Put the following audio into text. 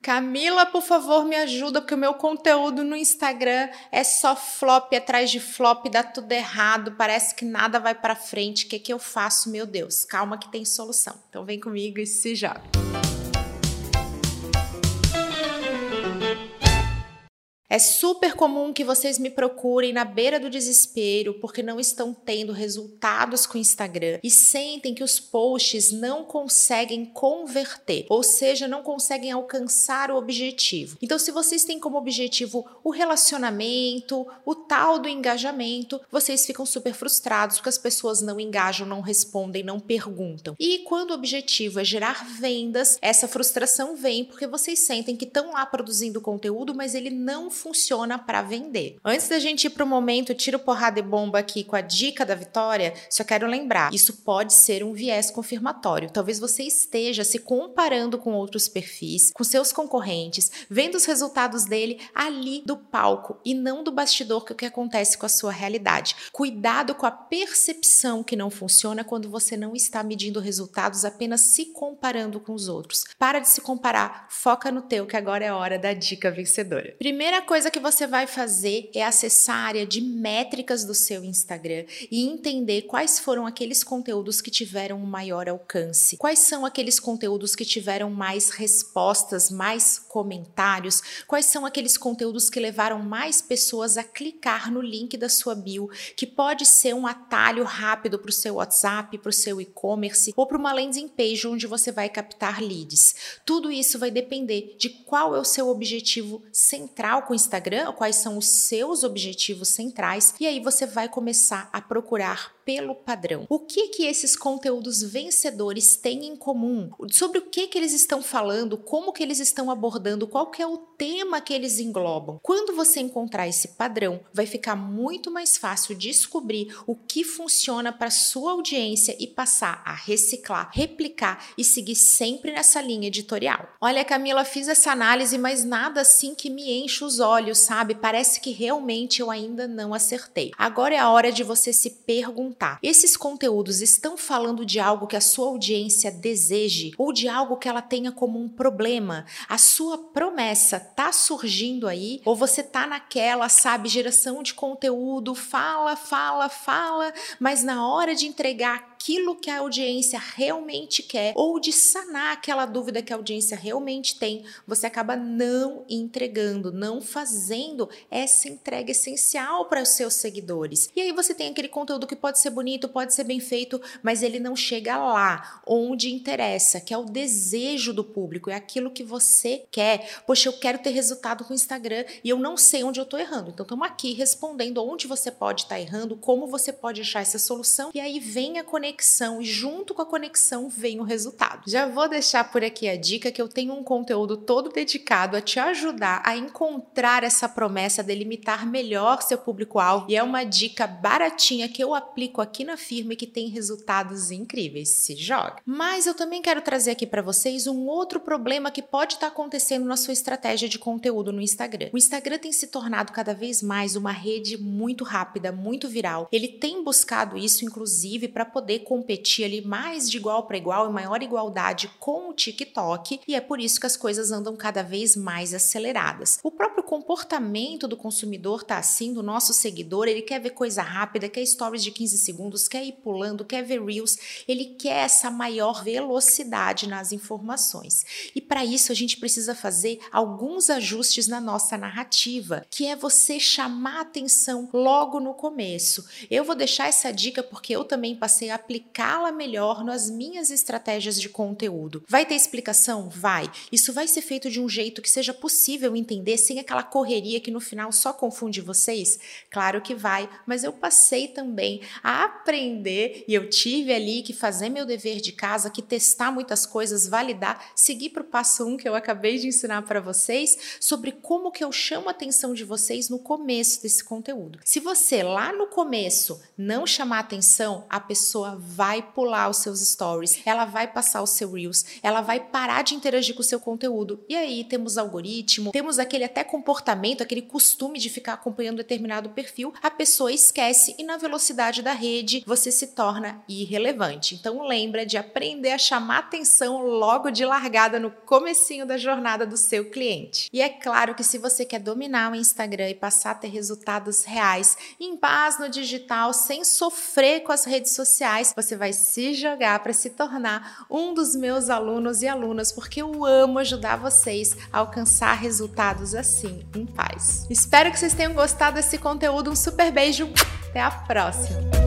Camila, por favor, me ajuda, porque o meu conteúdo no Instagram é só flop atrás de flop, dá tudo errado, parece que nada vai pra frente. O que eu faço? Meu Deus, calma que tem solução. Então vem comigo e se joga. É super comum que vocês me procurem na beira do desespero porque não estão tendo resultados com o Instagram e sentem que os posts não conseguem converter, ou seja, não conseguem alcançar o objetivo. Então, se vocês têm como objetivo o relacionamento, o tal do engajamento, vocês ficam super frustrados porque as pessoas não engajam, não respondem, não perguntam. E quando o objetivo é gerar vendas, essa frustração vem porque vocês sentem que estão lá produzindo conteúdo, mas ele não funciona para vender. Antes da gente ir para o momento tiro, porrada e bomba aqui com a dica da Vitória, só quero lembrar, isso pode ser um viés confirmatório. Talvez você esteja se comparando com outros perfis, com seus concorrentes, vendo os resultados dele ali do palco e não do bastidor, que é o que acontece com a sua realidade. Cuidado com a percepção que não funciona quando você não está medindo resultados, apenas se comparando com os outros. Para de se comparar, foca no teu, que agora é a hora da dica vencedora. Primeira coisa que você vai fazer é acessar a área de métricas do seu Instagram e entender quais foram aqueles conteúdos que tiveram um maior alcance, quais são aqueles conteúdos que tiveram mais respostas, mais comentários, quais são aqueles conteúdos que levaram mais pessoas a clicar no link da sua bio, que pode ser um atalho rápido para o seu WhatsApp, para o seu e-commerce ou para uma landing page onde você vai captar leads. Tudo isso vai depender de qual é o seu objetivo central com o Instagram, quais são os seus objetivos centrais, e aí você vai começar a procurar pelo padrão. O que esses conteúdos vencedores têm em comum? Sobre o que eles estão falando, como que eles estão abordando, qual que é o tema que eles englobam. Quando você encontrar esse padrão, vai ficar muito mais fácil descobrir o que funciona para sua audiência e passar a reciclar, replicar e seguir sempre nessa linha editorial. Olha, Camila, fiz essa análise, mas nada assim que me enche os olhos, sabe? Parece que realmente eu ainda não acertei. Agora é a hora de você se perguntar: esses conteúdos estão falando de algo que a sua audiência deseje ou de algo que ela tenha como um problema? A sua promessa tá surgindo aí? Ou você tá naquela, sabe, geração de conteúdo, fala, mas na hora de entregar aquilo que a audiência realmente quer ou de sanar aquela dúvida que a audiência realmente tem, você acaba não entregando, não fazendo essa entrega essencial para os seus seguidores. E aí você tem aquele conteúdo que pode ser bonito, pode ser bem feito, mas ele não chega lá onde interessa, que é o desejo do público, é aquilo que você quer. Poxa, eu quero ter resultado com o Instagram e eu não sei onde eu estou errando. Então estamos aqui respondendo onde você pode estar errando, como você pode achar essa solução, e aí vem a conexão e junto com a conexão vem o resultado. Já vou deixar por aqui a dica que eu tenho um conteúdo todo dedicado a te ajudar a encontrar essa promessa, delimitar melhor seu público-alvo, e é uma dica baratinha que eu aplico aqui na firma e que tem resultados incríveis. Se joga! Mas eu também quero trazer aqui para vocês um outro problema que pode estar acontecendo na sua estratégia de conteúdo no Instagram. O Instagram tem se tornado cada vez mais uma rede muito rápida, muito viral. Ele tem buscado isso, inclusive, para poder competir ali mais de igual para igual, em maior igualdade com o TikTok, e é por isso que as coisas andam cada vez mais aceleradas. O próprio comportamento do consumidor tá assim, do nosso seguidor, ele quer ver coisa rápida, quer stories de 15 segundos, quer ir pulando, quer ver reels, ele quer essa maior velocidade nas informações. E para isso a gente precisa fazer alguns ajustes na nossa narrativa, que é você chamar atenção logo no começo. Eu vou deixar essa dica porque eu também passei a aplicá-la melhor nas minhas estratégias de conteúdo. Vai ter explicação? Vai. Isso vai ser feito de um jeito que seja possível entender sem aquela correria que no final só confunde vocês? Claro que vai, mas eu passei também a aprender e eu tive ali que fazer meu dever de casa, que testar muitas coisas, validar, seguir para o passo 1 que eu acabei de ensinar para vocês sobre como que eu chamo a atenção de vocês no começo desse conteúdo. Se você lá no começo não chamar atenção, a pessoa pessoa vai pular os seus stories, ela vai passar o seu Reels, ela vai parar de interagir com o seu conteúdo. E aí temos algoritmo, temos aquele até comportamento, aquele costume de ficar acompanhando determinado perfil, a pessoa esquece e na velocidade da rede você se torna irrelevante. Então lembra de aprender a chamar atenção logo de largada no comecinho da jornada do seu cliente. E é claro que se você quer dominar o Instagram e passar a ter resultados reais, em paz no digital, sem sofrer com as redes sociais, você vai se jogar para se tornar um dos meus alunos e alunas, porque eu amo ajudar vocês a alcançar resultados assim, em paz. Espero que vocês tenham gostado desse conteúdo. Um super beijo, até a próxima!